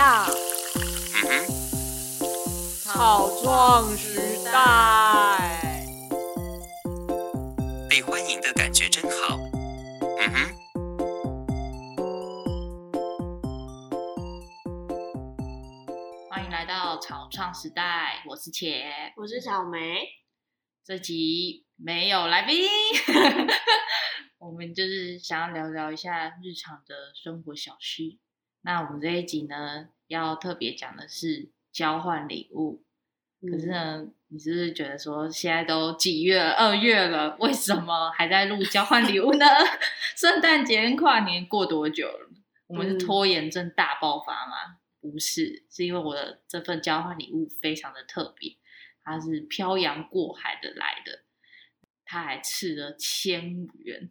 大，草创时代， 被欢迎的感觉真好。 欢迎来到草创时代，我是茄， 我是草莓。 这集没有来宾，我们就是想要聊聊一下日常的生活小事。那我们这一集呢，要特别讲的是交换礼物。可是呢，你是不是觉得说现在都几月了？2月了，为什么还在录交换礼物呢？圣诞节跟跨年过多久了？我们是拖延症大爆发吗？不是，是因为我的这份交换礼物非常的特别，它是漂洋过海的来的，它还斥了1000元。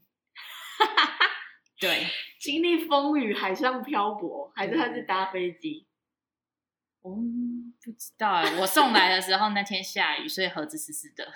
对， 经历风雨海上漂泊，还是他是搭飞机？ 不知道哎，我送来的时候那天下雨，所以盒子湿湿的。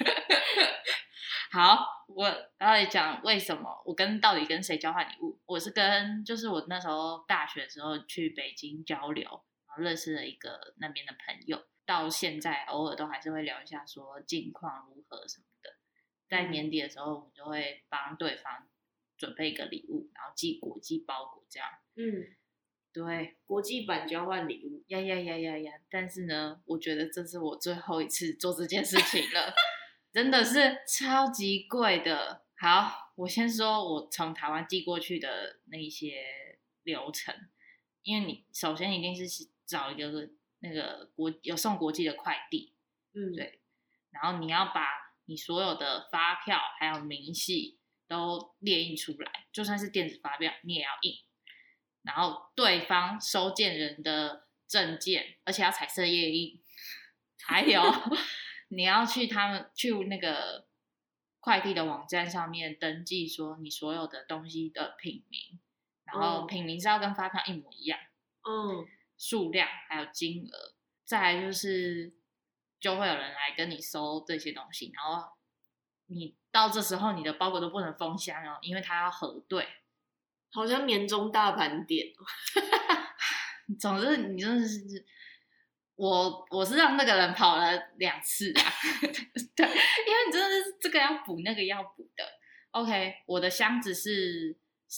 好，我要来讲为什么我到底跟谁交换礼物。我是就是我那时候大学的时候去北京交流，然后认识了一个那边的朋友，到现在偶尔都还是会聊一下说近况如何什么的。在年底的时候，我们就会帮对方准备一个礼物，然后寄国际包裹这样。对， 国际版交换礼物呀！但是呢，我觉得这是我最后一次做这件事情了，真的是超级贵的。好，我先说我从台湾寄过去的那些流程，因为你首先一定是找一个那个有送国际的快递，对，然后你要把你所有的发票还有明细都列印出来，就算是电子发票你也要印。然后对方收件人的证件，而且要彩色页印，还有你要去那个快递的网站上面登记说你所有的东西的品名，然后品名是要跟发票一模一样，数量还有金额，再来就是就会有人来跟你收这些东西，然后你到这时候你的包裹都不能封箱哦，因为它要核对。 好像年终大盘点总之你真的是我是让那个人跑了2次啊对，因为你真的是这个要补那个要补的。 OK， 我的箱子是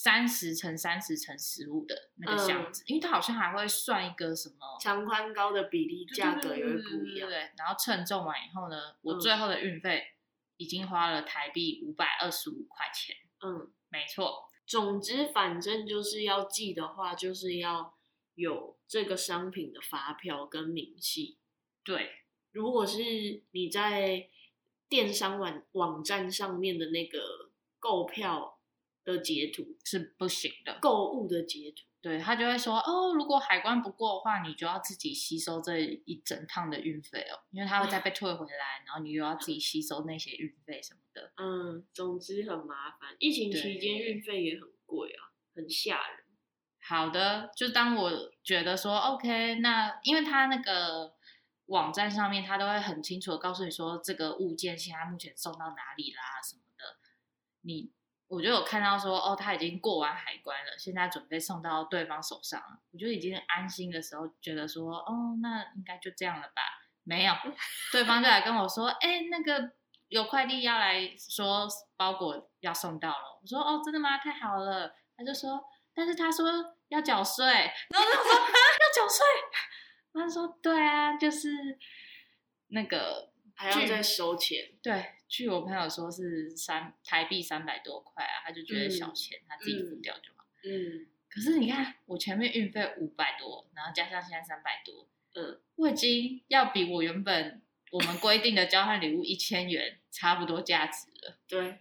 30×30×15的那个箱子，因为它好像还会算一个什么长宽高的比例，价格也会不一样。 对，然后称重完以后呢，我最后的运费已经花了台币525块钱。没错。 总之反正就是要寄的话，就是要有这个商品的发票跟明细。 对， 如果是你在电商网站上面的那个购票的截图是不行的， 购物的截图， 对，他就会说如果海关不过的话，你就要自己吸收这一整趟的运费哦，因为他会再被退回来，然后你又要自己吸收那些运费什么的。 总之很麻烦。疫情期间运费也很贵啊，很吓人。 好的，就当我觉得说 OK， 那因为他那个网站上面他都会很清楚的告诉你说这个物件现在目前送到哪里啦什么的，我就有看到说他已经过完海关了，现在准备送到对方手上了，我就已经安心的时候觉得说那应该就这样了吧。没有，对方就来跟我说那个有快递要来说包裹要送到了。我说真的吗？太好了。他就说但是他说要缴税，然后我说要缴税。他说对啊，就是那个还要再收钱。 对，据我朋友说是台币300多块啊，他就觉得小钱，他自己付掉就好。可是你看我前面运费500多，然后加上现在300多，我已经要比我原本我们规定的交换礼物1000元差不多价值了。对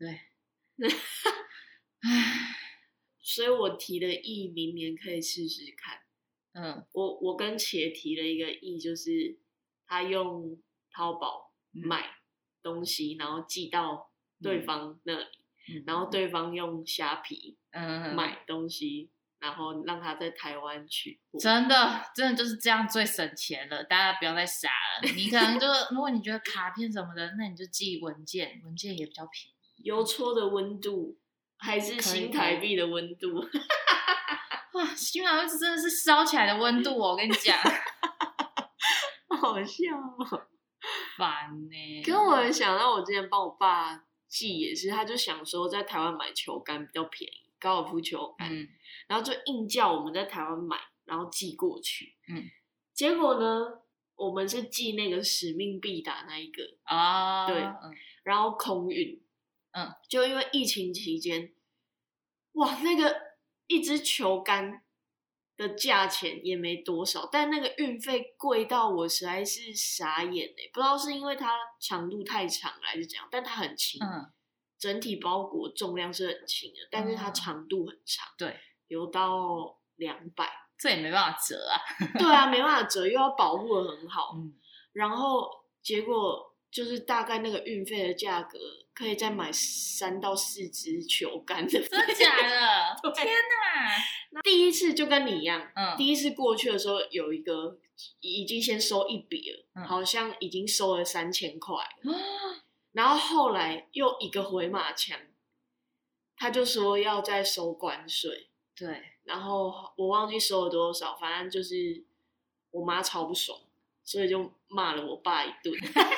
所以我提的议明年可以试试看。我跟茄提了一个议，就是他用淘宝买东西，然后寄到对方那里，然后对方用虾皮买东西，然后让他在台湾取货。真的就是这样最省钱了，大家不要再傻了。你可能就如果你觉得卡片什么的，那你就寄文件也比较便宜。邮戳的温度还是新台币的温度哇，新马位置真的是烧起来的温度哦，我跟你讲， 好笑哦， 烦呢。 可是我很想到，我之前帮我爸寄也是，他就想说在台湾买球杆比较便宜，高尔夫球杆，然后就硬叫我们在台湾买，然后寄过去。结果呢，我们是寄那个使命必达那一个啊，对，然后空运，就因为疫情期间，哇，那个一支球杆的价钱也没多少，但那个运费贵到我实在是傻眼欸，不知道是因为它长度太长还是怎样，但它很轻，整体包裹重量是很轻的，但是它长度很长， 对， 有到200， 这也没办法折啊。 对啊，没办法折，又要保护的很好，然后结果就是大概那个运费的价格可以再买3到4支球杆的， 真的假的？天哪！ 第一次就跟你一样，第一次过去的时候有一个已经先收一笔了，好像已经收了3000块了，然后后来又一个回马枪，他就说要再收关税， 对， 然后我忘记收了多少，反正就是我妈超不爽，所以就骂了我爸一顿。你就在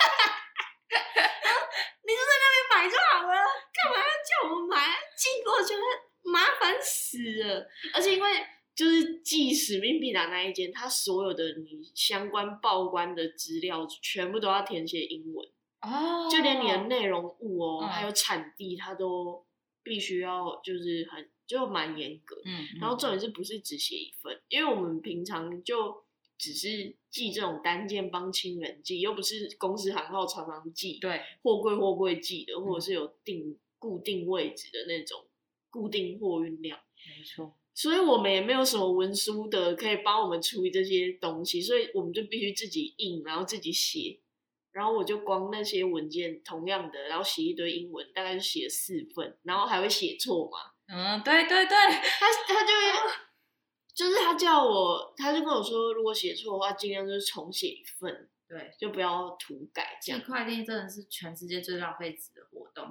那边买就好了，干嘛要叫我们买？寄过去麻烦死了。而且因为就是寄使命必达那一间，它所有的你相关报关的资料全部都要填写英文哦，就连你的内容物哦，还有产地，它都必须要就是就蛮严格。然后重点是不是只写一份？因为我们平常就只是寄这种单件帮亲人寄，又不是公司行号常常寄，对，货柜寄的，或者是有固定位置的那种固定货运量， 没错。 所以我们也没有什么文书的可以帮我们处理这些东西，所以我们就必须自己印，然后自己写。然后我就光那些文件同样的，然后写一堆英文，大概就写4份，然后还会写错嘛。 对对对， 他就是他叫我，他就跟我说，如果写错的话，尽量就是重写一份，对，就不要涂改这样。 寄快递真的是全世界最浪费纸的活动，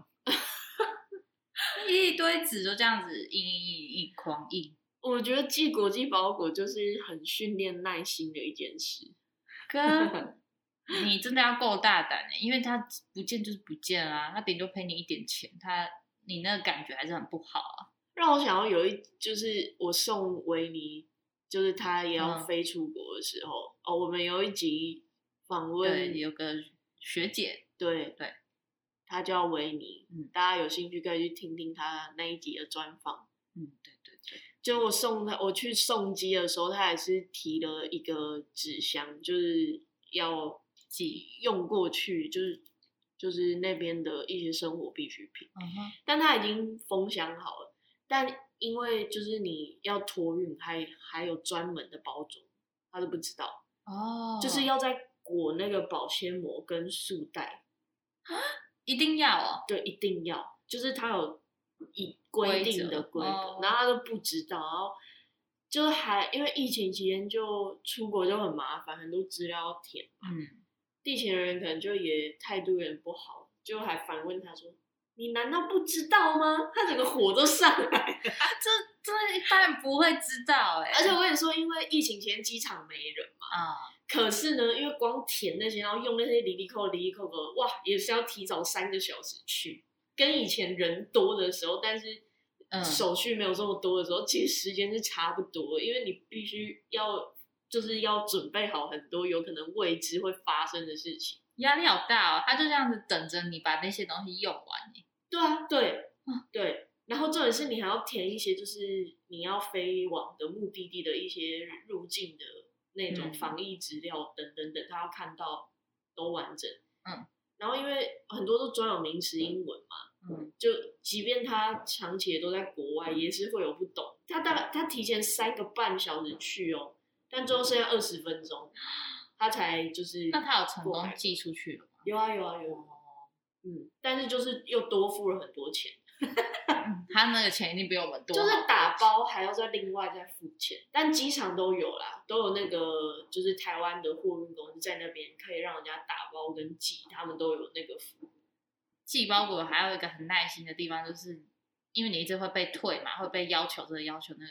一堆纸就这样子印，狂印。 我觉得寄国际包裹就是很训练耐心的一件事。 跟你真的要够大胆欸，因为它不见就是不见啊，它顶多赔你一点钱，你那个感觉还是很不好啊。 让我想要就是我送维尼，就是他也要飞出国的时候，我们有一集访问， 对，有个学姐， 对，他叫维尼，大家有兴趣可以去听听他那一集的专访。对。就我去送机的时候，他还是提了一个纸箱，就是要用过去，就是那边的一些生活必需品。但他已经封箱好了，但因为就是你要托运，还有专门的包装，他都不知道哦，就是要再裹那个保鲜膜跟束带啊，一定要哦， 对，一定要，就是他有规定的规格，然后他都不知道，然后就是因为疫情期间就出国就很麻烦，很多资料要填嘛，地勤人员可能就也态度有点不好，就还反问他说：“你难道不知道吗？”他整个火都上来了， 这一般人不会知道而且我跟你说，因为疫情期间机场没人嘛，可是呢，因为光填那些，然后用那些离离扣的，哇，也是要提早3个小时去。跟以前人多的时候，但是手续没有这么多的时候，其实时间是差不多的，因为你必须就是要准备好很多有可能未知会发生的事情， 压力好大哦。他就这样子等着你把那些东西用完。 对啊，对。然后重点是你还要填一些就是你要飞往的目的地的一些入境的那种防疫资料等，他要看到都完整。然后因为很多都专有名词英文嘛，就即便他长期也都在国外，也是会有不懂。他提前3个半小时去哦，但最后剩下20分钟，他才就是。 那他有成功寄出去了吗？ 有啊。但是就是又多付了很多钱。 他那个钱一定比我们多， 就是打包还要再另外再付钱，但机场都有啦，都有那个就是台湾的货运公司在那边可以让人家打包跟寄，他们都有那个服务。 寄包裹还有一个很耐心的地方，就是因为你一直会被退嘛，会被要求这个要求那个，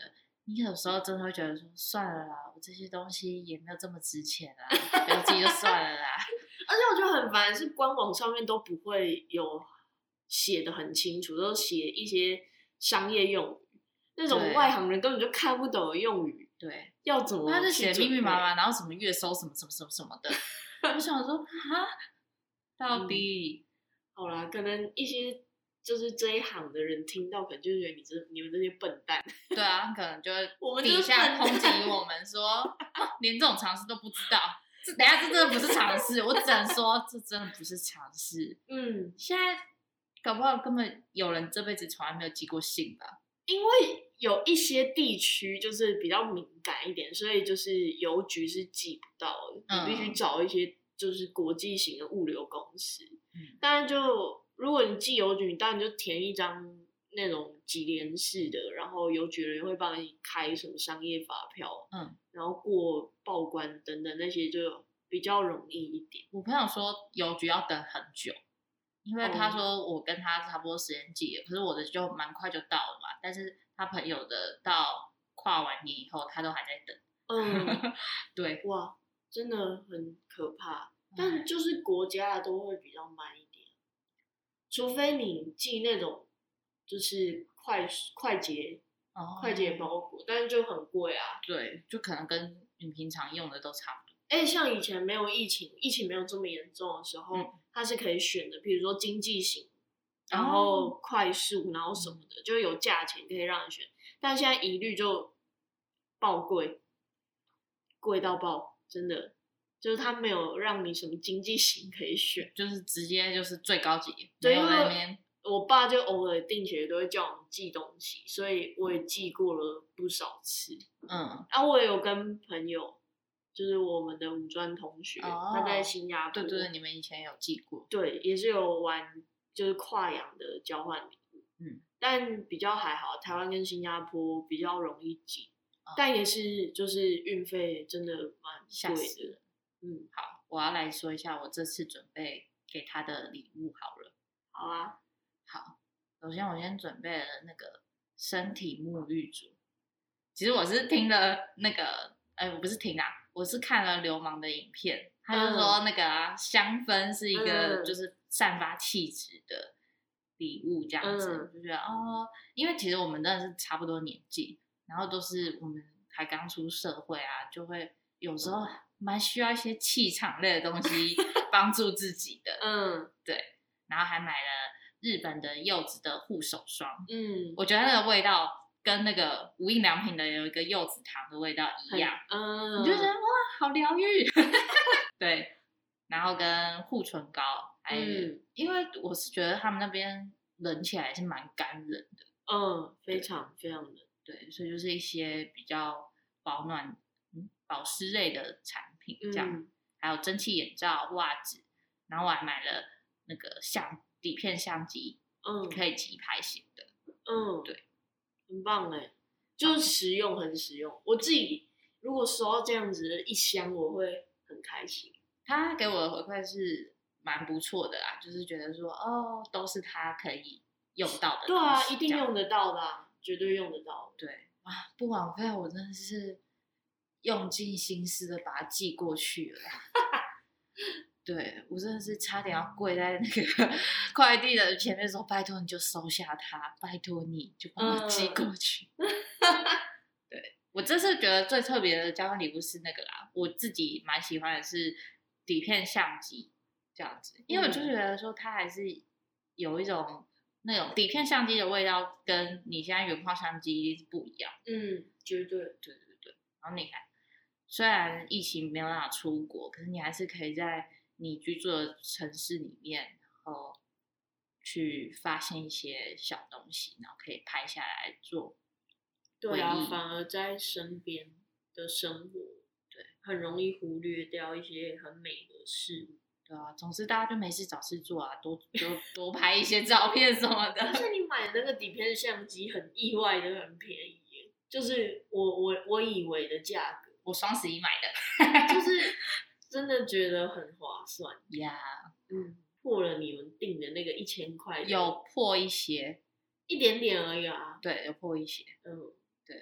你有时候真的会觉得说，算了啦，我这些东西也没有这么值钱啦，不要记就算了啦。 而且我觉得很烦，是官网上面都不会有写的很清楚，都写一些商业用语，那种外行人根本就看不懂的用语。 对， 要怎么？ 他是写密密麻麻，然后什么月收什么什么什么什么的。我想说啊，到底、 好啦，可能一些就是这一行的人听到，可能就觉得你们这些笨蛋。 对啊，可能就我们底下抨击我们说，连这种常识都不知道。等一下，这真的不是常识，我只能说这真的不是常识。现在搞不好根本有人这辈子从来没有寄过信吧？ 因为有一些地区就是比较敏感一点，所以就是邮局是寄不到的，你必须找一些就是国际型的物流公司。当然就如果你寄邮局，你当然就填一张那种几联式的，然后邮局人会帮你开什么商业发票，然后过报关等等那些就比较容易一点。 我朋友说邮局要等很久，因为他说我跟他差不多时间寄的，可是我的就蛮快就到了嘛，但是他朋友的到跨完年以后他都还在等。对， 哇，真的很可怕。但就是国家都会比较慢一点，除非你寄那种就是快捷包裹，但是就很贵啊。 对，就可能跟你平常用的都差不多。 像以前没有疫情没有这么严重的时候，它是可以选的，比如说经济型，然后快速，然后什么的，就有价钱可以让你选。但现在一律就爆贵，贵到爆，真的。就是他没有让你什么经济型可以选， 就是直接就是最高级。 对，因为我爸就偶尔定期都会叫我们寄东西，所以我也寄过了不少次。然后我也有跟朋友，就是我们的五专同学，他在新加坡。 对，你们以前有寄过。 对，也是有玩，就是跨洋的交换礼物。但比较还好，台湾跟新加坡比较容易寄，但也是就是运费真的蛮贵的。 好，我要来说一下我这次准备给他的礼物好了。 好啊， 好，首先我先准备了那个身体沐浴乳。其实我是听了那个，我不是听啊，我是看了流氓的影片，他就说那个香氛是一个就是散发气质的礼物这样子，就觉得因为其实我们真的是差不多年纪，然后都是我们还刚出社会啊，就会有时候蛮需要一些气场类的东西帮助自己的。对，然后还买了日本的柚子的护手霜。我觉得那个味道跟那个无印良品的有一个柚子糖的味道一样。你就觉得哇，好疗愈。对，然后跟护唇膏，因为我是觉得他们那边冷起来是蛮干冷的。 非常非常冷。 对，所以就是一些比较保暖。保湿类的产品这样，还有蒸汽眼罩、袜子，然后我还买了那个底片相机，可以即拍型的。对， 很棒哎，就是实用，很实用。我自己如果收到这样子的一箱，我会很开心。 他给我的回馈是蛮不错的啦，就是觉得说都是他可以用到的。 对啊，一定用得到的啊，绝对用得到。 对啊，不枉费我真的是用尽心思的把它寄过去了。对，我真的是差点要跪在那个快递的前面说，拜托你就收下它，拜托你就帮我寄过去。对，我这次觉得最特别的交换礼物是那个啦，我自己蛮喜欢的是底片相机这样子，因为我就觉得说它还是有一种那种底片相机的味道，跟你现在原矿相机不一样。 绝对。 对。然后你看，虽然疫情没有办法出国，可是你还是可以在你居住的城市里面，然后去发现一些小东西，然后可以拍下来做对啊，反而在身边的生活，对，很容易忽略掉一些很美的事物。 对啊，总之大家就没事找事做啊，多拍一些照片什么的。 而且你买那个底片相机很意外的很便宜耶，就是我以为的价格， 我双11买的， 就是真的觉得很划算呀。 破了你们订的那个1000块， 有破一些， 一点点而已啊。 对，有破一些。 对，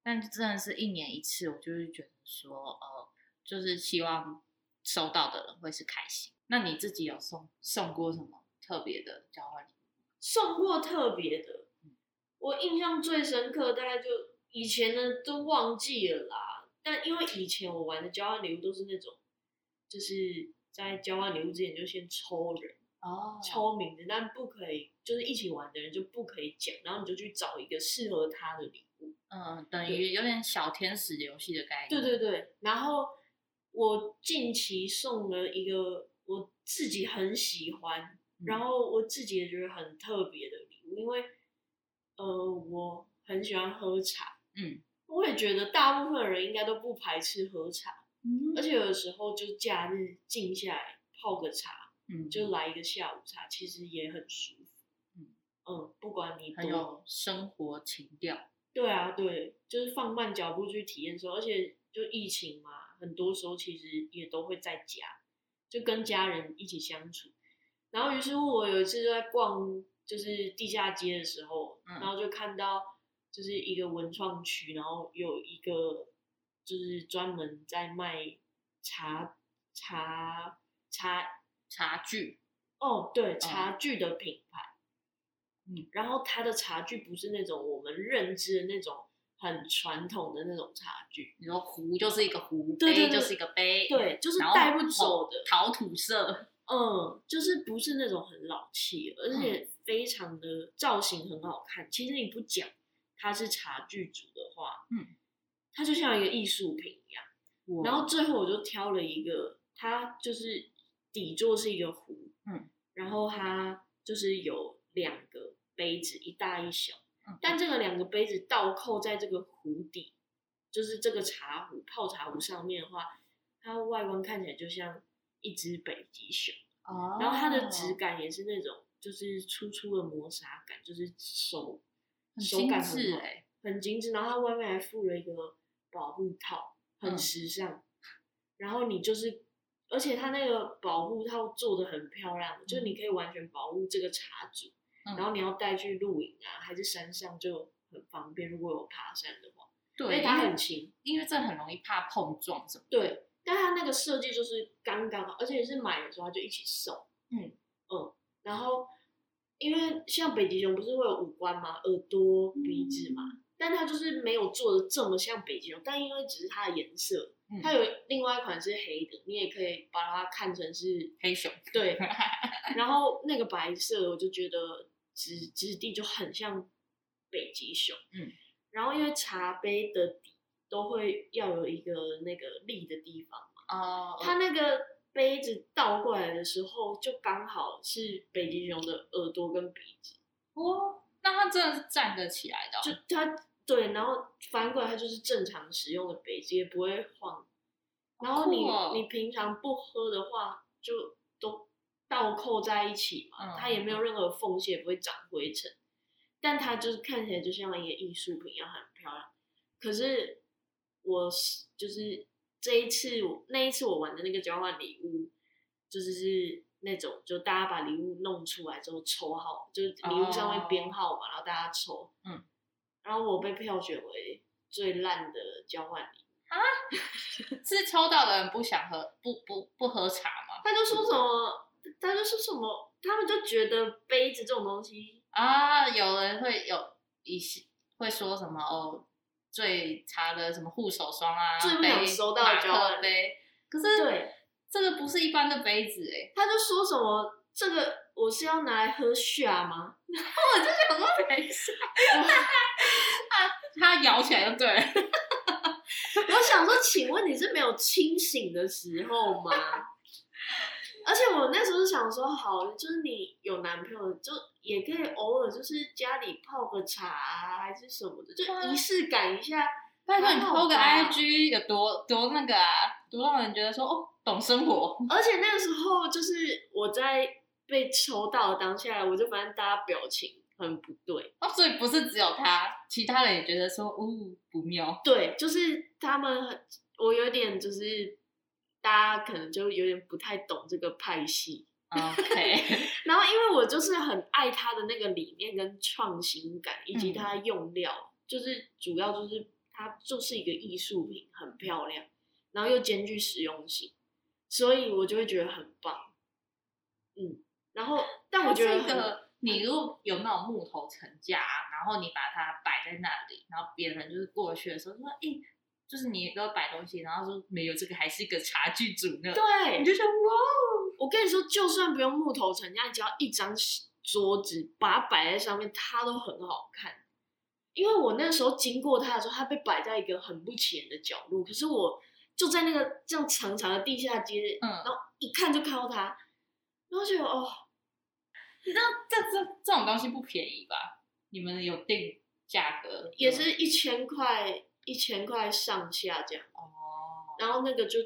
但真的是1年一次，我就是觉得说，就是希望收到的人会是开心。那你自己有送过什么特别的交换礼物？ 送过特别的，我印象最深刻，大概就以前的都忘记了啦。但因为以前我玩的交换礼物都是那种，就是在交换礼物之前就先抽人。抽名字，但不可以，就是一起玩的人就不可以讲，然后你就去找一个适合他的礼物。 等于有点小天使游戏的概念。 对，然后我近期送了一个我自己很喜欢，然后我自己也觉得很特别的礼物，因为我很喜欢喝茶，我也觉得大部分人应该都不排斥喝茶，而且有的时候就假日静下来泡个茶。就来一个下午茶，其实也很舒服。不管你很有生活情调。 对啊，对，就是放慢脚步去体验的时候，而且就疫情嘛，很多时候其实也都会在家，就跟家人一起相处。然后于是乎，我有一次就在逛就是地下街的时候，然后就看到就是一个文创区，然后有一个就是专门在卖茶具。 对，茶具的品牌。然后它的茶具不是那种我们认知的那种很传统的那种茶具。 你说壶就是一个壶， 对杯就是一个杯， 对，就是带不走的陶土色。 就是不是那种很老气，而且非常的造型很好看。其实你不讲它是茶具组的话，它就像一个艺术品一样。然后最后我就挑了一个，它就是底座是一个壶，然后它就是有2个杯子，一大一小，但这个2个杯子倒扣在这个壶底，就是这个茶壶泡茶壶上面的话，它外观看起来就像一只北极熊，然后它的质感也是那种就是粗粗的磨砂感，就是手感很好，很精致，然后它外面还附了一个保护套，很时尚。然后你就是，而且它那个保护套做的很漂亮，就是你可以完全保护这个茶主，然后你要带去露营啊，还是山上就很方便。如果有爬山的话， 对， 因为它很轻， 因为这很容易怕碰撞什么。 对，但它那个设计就是刚刚好，而且是买的时候它就一起送。然后因为像北极熊不是会有5官吗？耳朵、鼻子嘛，但它就是没有做的这么像北极熊，但因为只是它的颜色。它有另外一款是黑的，你也可以把它看成是黑熊。 对，然后那个白色我就觉得质地就很像北极熊。然后因为茶杯的底都会要有一个那个立的地方嘛，它那个杯子倒过来的时候就刚好是北极熊的耳朵跟鼻子。 那它真的是站得起来的。 就它对，然后翻过来它就是正常使用的杯子，也不会晃。然后你平常不喝的话，就都倒扣在一起嘛，它也没有任何缝隙，也不会长灰尘。但它就是看起来就像一个艺术品一样，很漂亮。可是我就是那一次我玩的那个交换礼物，就是那种就大家把礼物弄出来之后抽号，就是礼物上面编号嘛，然后大家抽。然后我被票选为最烂的交换礼物。 是抽到的人不想喝不喝茶吗？ 他就说什么，他们就觉得杯子这种东西有人会说什么最差的什么护手霜啊， 最不想收到的交换杯。可是对，这个不是一般的杯子他就说什么这个我是要拿来喝下吗？然后我就想说等一下， 他摇起来就对了。 我想说，请问你是没有清醒的时候吗？而且我那时候想说，好，就是你有男朋友，就也可以偶尔就是家里泡个茶还是什么的，就仪式感一下。 拜托你 po 个 IG 有多那个多让人觉得说懂生活。 而且那个时候就是我在被抽到的当下，我就发现大家表情很不对所以不是只有他，其他人也觉得说不妙。 对，就是他们我有点就是大家可能就有点不太懂这个派系。 OK 然后因为我就是很爱他的那个理念跟创新感，以及他用料，就是主要就是它就是一个艺术品，很漂亮，然后又兼具实用性，所以我就会觉得很棒。然后但我觉得你如果有那种木头层架，然后你把它摆在那里，然后别人就是过去的时候说，就是你都摆东西，然后说没有这个还是一个茶具组呢， 对， 你就想哇， 我跟你说，就算不用木头层架，你只要一张桌子把它摆在上面，它都很好看。因为我那时候经过它的时候，它被摆在一个很不起眼的角落，可是我就在那个这样长长的地下街，然后一看就看到它，然后就你知道这种东西不便宜吧？你们有定价格？ 也是1000块上下这样。然后那个就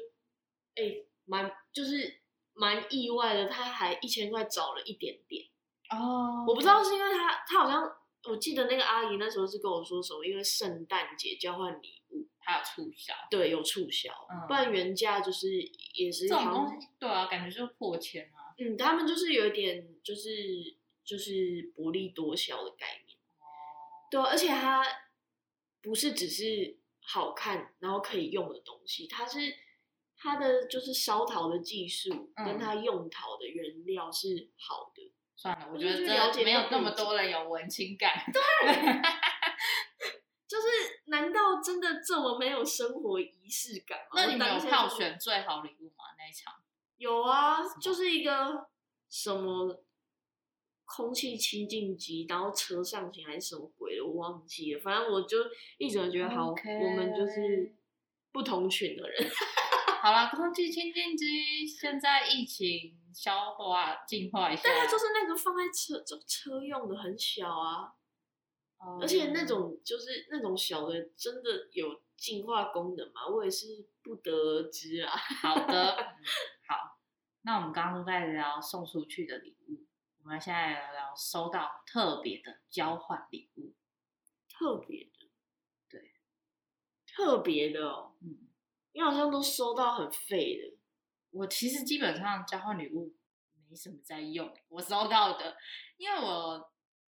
蛮意外的，他还1000块找了一点点。我不知道是因为他好像，我记得那个阿姨那时候是跟我说什么，因为圣诞节交换礼物， 它有促销， 对，有促销，不然原价就是也是这种东西，对啊，感觉就破千啊。 他们就是有一点就是薄利多销的概念。对啊，而且它不是只是好看然后可以用的东西，它的就是烧陶的技术跟它用陶的原料是好的。 算了，我觉得这没有那么多人有文青感。 对，就是难道真的这么没有生活仪式感吗？ 那你们有票选最好礼物吗？那一场有啊，就是一个什么空气清净机，然后车上型还是什么鬼的，我忘记了。反正我就一直觉得好，我们就是不同群的人。 好啦，空气清净机现在疫情消化净化一下， 但它就是那个放在车用的，很小啊，而且那种就是那种小的，真的有净化功能吗？我也是不得而知啊。 好的，好，那我们刚刚都在聊送出去的礼物，我们现在来聊收到特别的交换礼物。 特别的， 对， 特别的哦，你好像都收到很废的。 我其实基本上交换礼物没什么在用，我收到的，因为我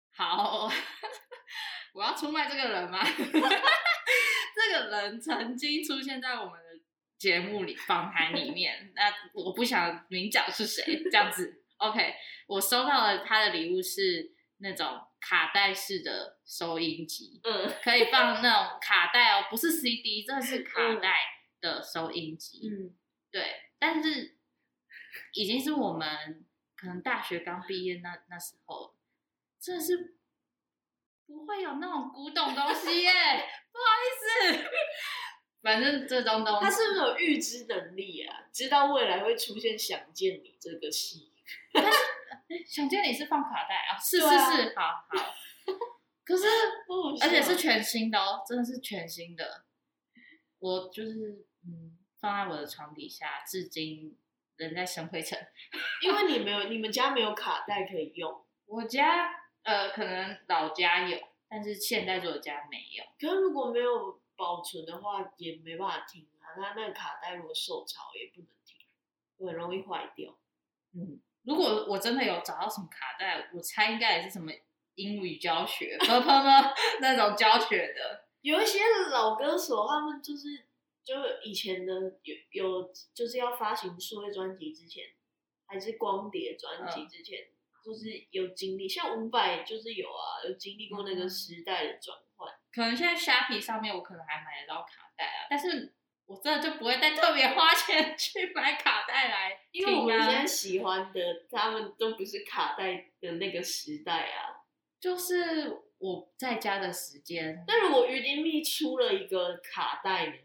要出卖这个人吗？这个人曾经出现在我们的节目里访谈里面，那我不想明讲是谁，这样子。OK， 我收到了他的礼物是那种卡带式的收音机，可以放那种卡带哦，不是 CD， 真的是卡带的收音机，对，但是已经是我们可能大学刚毕业那时候，真的是不会有那种古董东西耶，不好意思，反正这种东西， 他是不是有预知能力啊？知道未来会出现《想见你》这个戏？ 但是想见你是放卡带啊，是，好。可是，而且是全新的哦，真的是全新的。我就是放在我的床底下，至今人在生灰尘。 因为你们家没有卡带可以用。 我家可能老家有，但是现在这个家没有。 可是如果没有保存的话，也没办法听啊。那个卡带如果受潮也不能听，很容易坏掉。 如果我真的有找到什么卡带，我猜应该也是什么英语教学、那种教学的。 有一些老歌手，他们就以前的有就是要发行数位专辑之前，还是光碟专辑之前，就是有经历，像伍佰就是有经历过那个时代的转换。 可能现在虾皮上面我可能还买得到卡带啊，但是我真的就不会再特别花钱去买卡带来听啊， 因为我们现在喜欢的他们都不是卡带的那个时代啊。 就是我在家的时间。 那如果于丁密出了一个卡带呢？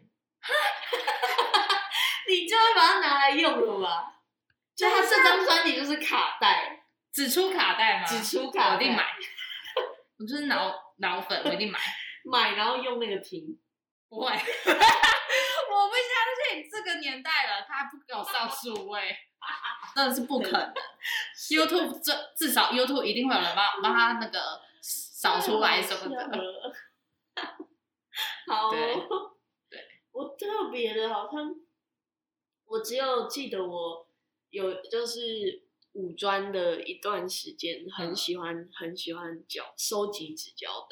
你就会把它拿来用了吧？就他这张专辑就是卡带， 只出卡带吗？ 只出卡带， 我一定买。我就是脑粉，我一定买然后用那个听。 不会，我不相信这个年代了，他还不给我上数位，真的是不可能。YouTube 至少 YouTube 一定会有人帮他那个扫出来什么的。 好哦，对，我特别的好像，我只有记得我有就是五专的一段时间很喜欢收集纸胶带，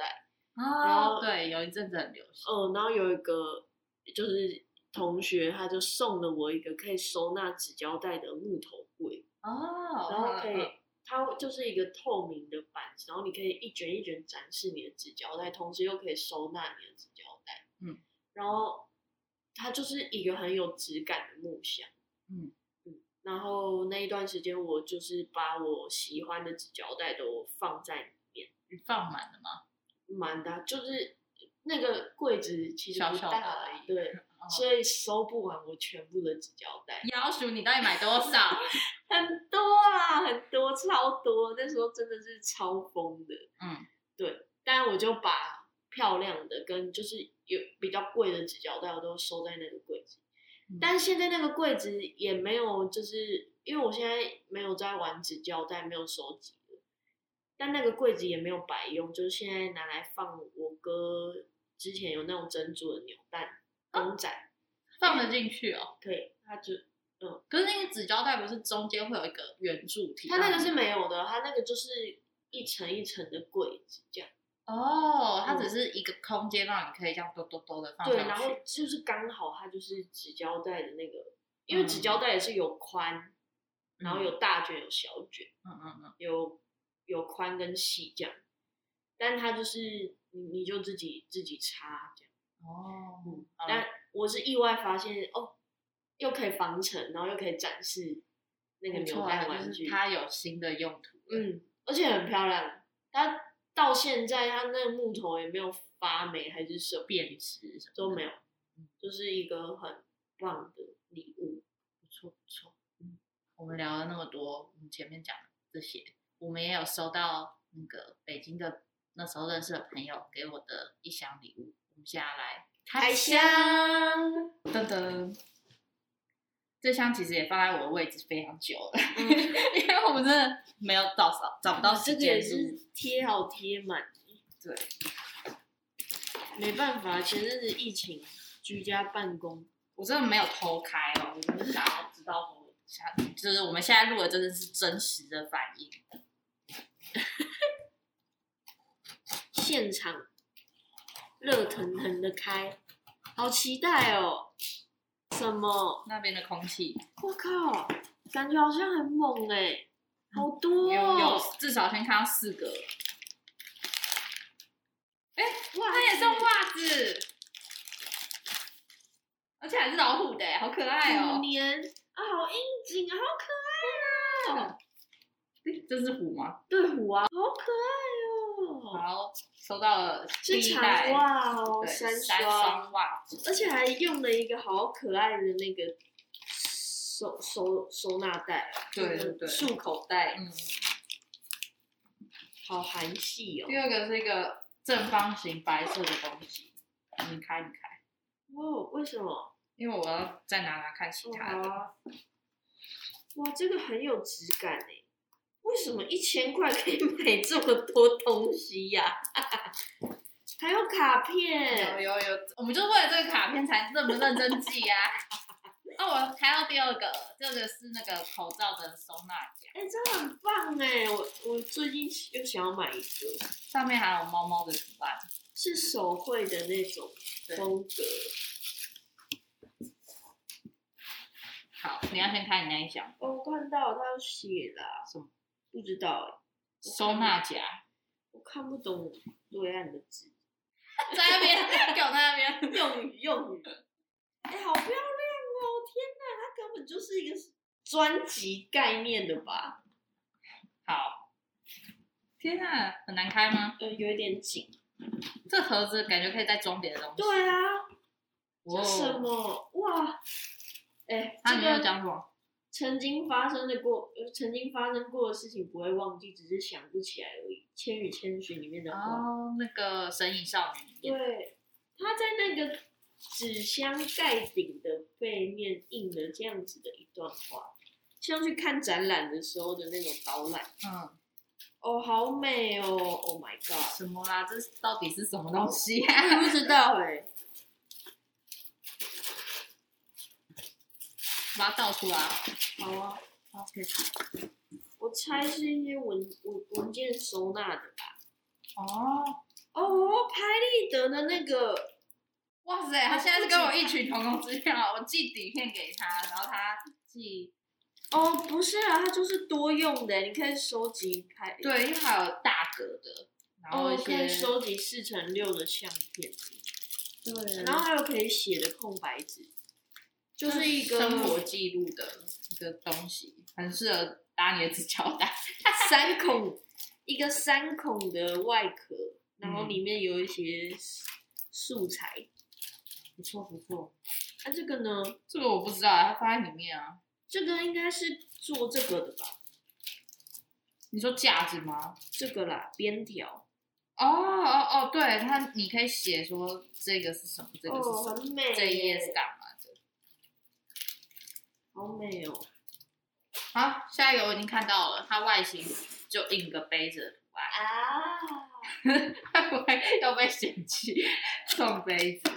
然后对，有一阵子很流行。 然后有一个就是同学，他就送了我一个可以收纳纸胶带的木头柜。然后它就是一个透明的板子，然后你可以一卷一卷展示你的纸胶带，同时又可以收纳你的纸胶带。然后它就是一个很有质感的木箱。然后那一段时间，我就是把我喜欢的纸胶带都放在里面。 你放满了吗？ 满的，就是那个柜子其实不大而已，对，所以收不完我全部的纸胶带。 要求你到底买多少？ 很多啊，很多，超多。那时候真的是超疯的。对。但我就把漂亮的跟就是有比较贵的纸胶带，我都收在那个柜子。但是现在那个柜子也没有，就是因为我现在没有在玩纸胶带，没有收集了。但那个柜子也没有白用，就是现在拿来放我哥之前有那种珍珠的扭蛋公仔， 放得进去哦。 对，他就可是那个纸胶带不是中间会有一个圆柱体？ 它那个是没有的，它那个就是一层一层的柜子这样。 它只是一个空间让你可以这样兜兜兜的放上去。 对，然后就是刚好它就是纸胶带的那个，因为纸胶带也是有宽，然后有大卷有小卷，有宽跟细这样，但它就是你就自己插这样。但我是意外发现又可以防尘，然后又可以展示那个扭蛋玩具， 它有新的用途。 而且很漂亮。它到现在它那个木头也没有发霉还是什么变质什么都没有，就是一个很棒的礼物。 不错不错。我们聊了那么多，我们前面讲这些，我们也有收到那个北京的那时候认识的朋友给我的一箱礼物，我们现在来开箱。 噔噔，这箱其实也放在我的位置非常久了，因为我们真的没有找不到时间。 这个也是贴好贴满。 对， 没办法，前阵子疫情居家办公， 我真的没有偷开哦，我就是想要知道说，就是我们现在录的真的是真实的反应。 现场热腾腾的开，好期待哦！什么？ 那边的空气， 我靠，感觉好像很猛哎，好多哦！ 有至少先看到4个。哇，他也送袜子，而且还是老虎的，好可爱哦！ 虎年啊，好应景啊，好可爱哦！ 这是虎吗？ 对，虎啊，好可爱哦！ 好，收到了第一是袋， 长袜哦 ，3 双袜子， 而且还用了一个好可爱的那个收纳袋， 对， 束口袋，好韩系哦。 第二个是一个正方形白色的东西，你开。 哇，为什么？ 因为我要再拿看其他的。 哇，这个很有质感哎！为什么1000块可以买这么多东西呀？还有卡片， 有，我们就为了这个卡片才这么认真记啊。我开到第二个，这个是那个口罩的收纳夹。 这很棒哎！我最近又想要买一个， 上面还有猫猫的图案， 是手绘的那种风格。 好，你要先开你那一箱。 我看到他有写啦，什么不知道收纳夹， 我看不懂对岸的字。 在那边，给我在那边用语。好漂亮哦！天哪，它根本就是一个专辑概念的吧？ 好，天哪，很难开吗？ 有一点紧。 这盒子感觉可以再装别的东西。 对啊。这什么？哇！ 那你要讲什么？ 曾经发生过的事情不会忘记，只是想不起来而已。《千与千寻》里面的话， 那个《神隐少女》里面， 对，他在那个纸箱盖顶的背面印了这样子的一段话，像去看展览的时候的那种导览。好美哦 ！Oh my god！ 什么啦？这到底是什么东西啊？ 我不知道把它倒出来。 好啊。 OK。 我猜是一些文件收纳的吧。 哦，拍立得的那个， 哇塞，他现在是跟我异曲同工之妙，我寄底片给他，然后他寄。 哦，不是啊，它就是多用的，你可以收集拍。 对，因为还有大格的，然后可以收集4:6的相片。 对， 然后还有可以写的空白纸，就是一个生活记录的一个东西，很适合打你的纸胶带。 一个3孔的外壳，然后里面有一些素材， 不错不错。 那这个呢？ 这个我不知道，它放在里面啊。 这个应该是做这个的吧？ 你说架子吗？ 这个啦，边条。 哦，对，你可以写说这个是什么，这个是什么， 很美， 这一页是干嘛的？ 好美哦！ 好，下一个我已经看到了，它外形就印个杯子的图案啊， 会不会又被嫌弃送杯子？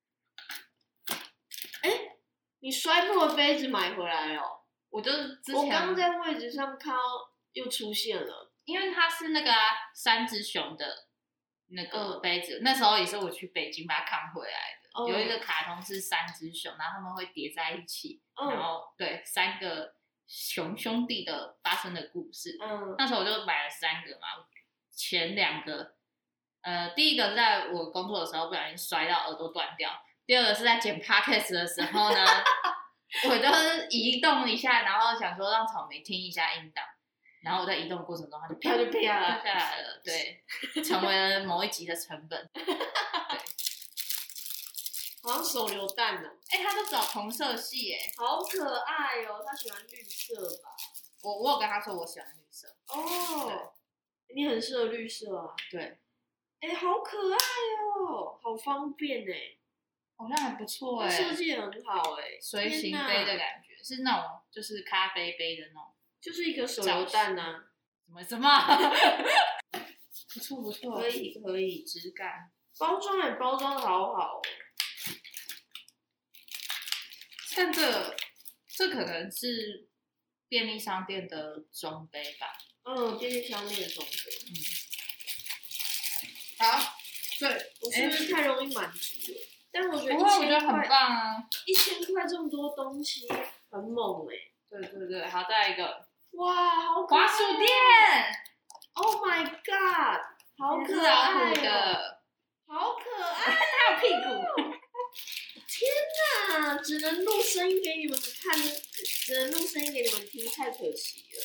你摔破的杯子买回来哦？ 我就是之前我刚在位置上看到又出现了， 因为它是那个3只熊的那个杯子，那时候也是我去北京把它扛回来的。有一个卡通是3只熊，然后他们会叠在一起，然后对3个熊兄弟的发生的故事。那时候我就买了3个嘛，前2个，第一个是在我工作的时候不小心摔到耳朵断掉。第二个是在剪 podcast 的时候呢，我就是移动一下，然后想说让草莓听一下音档，然后我在移动的过程中，它就啪掉下来了，对，成为了某一集的成本。对， 好像手榴弹哦。 他都找同色系耶， 好可爱哦。他喜欢绿色吧？ 我有跟他说我喜欢绿色。 哦，你很适合绿色啊。 对， 好可爱哦，好方便哎。 好像还不错哎， 设计很好哎， 随行杯的感觉，是那种就是咖啡杯的那种， 就是一个手榴弹啊。 什么？不错， 可以， 质感， 包装也包装的好好哦。 但这可能是便利商店的中杯吧？ 便利商店的中杯。 好，对， 我是不是太容易满足了？但我觉得我觉得很棒啊 ！1000块这么多东西，很猛哎。 对，好，再来一个。 哇，好可爱！ 滑鼠垫 ！Oh my god， 好可爱的， 好可爱！ 它有屁股。 天哪，只能录声音给你们看，只能录声音给你们听，太可惜了。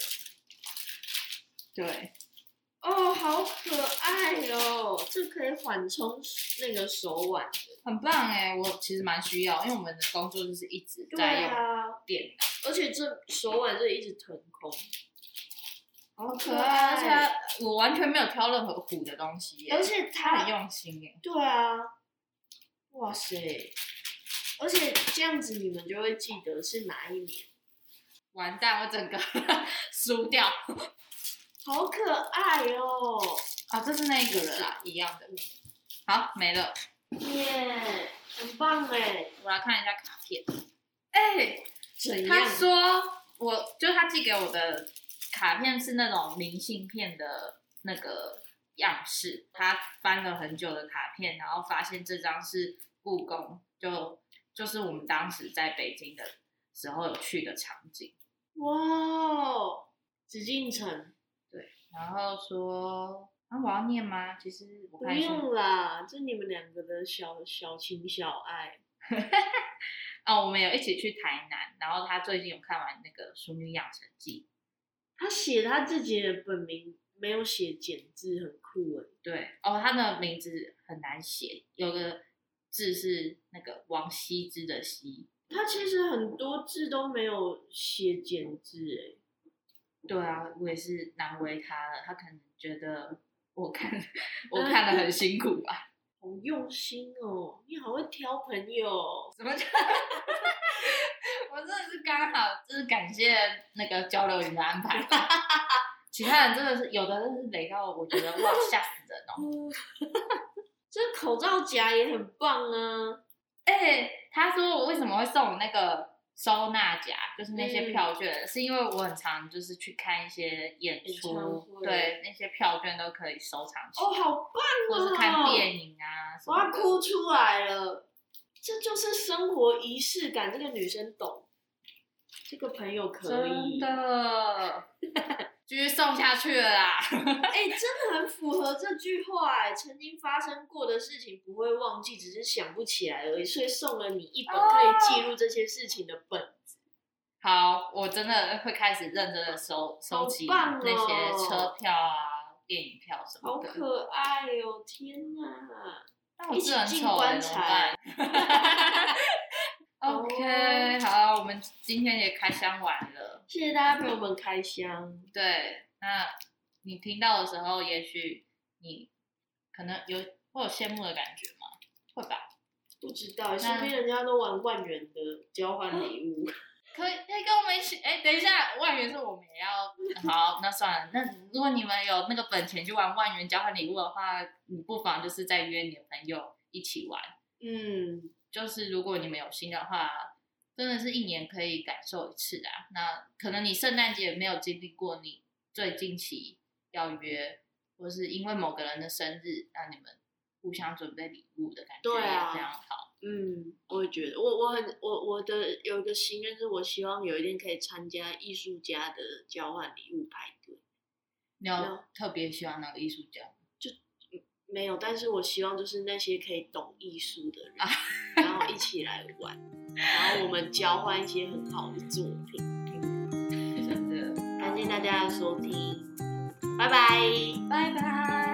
对。 哦，好可爱哦！这可以缓冲那个手腕的， 很棒哎！我其实蛮需要，因为我们的工作就是一直在用电脑， 而且这手腕这一直腾空， 好可爱！而且我完全没有挑任何糊的东西耶， 而且他很用心耶。 对啊，哇塞！而且这样子你们就会记得是哪一年。 完蛋，我整个输掉。 好可爱哦！ 这是那个了啦，一样的。好，没了。 耶，很棒哎！ 我来看一下卡片。 怎样？ 他说，他寄给我的卡片是那种明信片的那个样式。他翻了很久的卡片，然后发现这张是故宫，就是我们当时在北京的时候有去的场景。 哇，紫禁城。 对，然后说我要念吗？其实我不用啦，这你们2个的小情小爱。 我们有一起去台南，然后他最近有看完那个《淑女养成记》， 他写他自己的本名，没有写简字，很酷哎。 对，他的名字很难写，有个字是那个王羲之的羲。 他其实很多字都没有写简字哎。 对啊，我也是难为他了，他可能觉得我看得很辛苦吧。 好用心哦，你好会挑朋友。 什么叫？我真的是刚好，就是感谢那个交流营的安排。其他人真的是有的，真是雷到我觉得哇，吓死人哦。 这口罩夹也很棒啊。 他说我为什么会送我那个收纳夹，就是那些票券，是因为我很常就是去看一些演出，对，那些票券都可以收藏起来。 哦，好棒哦！ 或是看电影啊什么的。 我要哭出来了，这就是生活仪式感，这个女生懂，这个朋友可以， 真的，继续送下去了啦。 真的很符合这句话曾经发生过的事情不会忘记，只是想不起来而已，所以送了你一本可以记录这些事情的本子。 好，我真的会开始认真的收集那些车票啊、电影票什么的。 好可爱哦！天哪， 但我字很丑欸，怎么办？OK， 好，我们今天也开箱完了， 谢谢大家陪我们开箱。 对，那你听到的时候，也许你可能会有羡慕的感觉吗？会吧？ 不知道，身边人家都玩万元的交换礼物， 可以跟我们一起。等一下，万元是我们也要好，那算了。那如果你们有那个本钱去玩万元交换礼物的话，你不妨就是再约你的朋友一起玩。就是如果你们有心的话，真的是一年可以感受一次啊。那可能你圣诞节没有经历过，你最近期要约，或是因为某个人的生日，让你们互相准备礼物的感觉，也非常好。 我也觉得，我的有一个心愿是，我希望有一天可以参加艺术家的交换礼物派对。 你有特别喜欢哪个艺术家？ 就没有，但是我希望就是那些可以懂艺术的人，然后一起来玩，然后我们交换一些很好的作品。 真的， 感谢大家的收听，拜拜， 拜拜。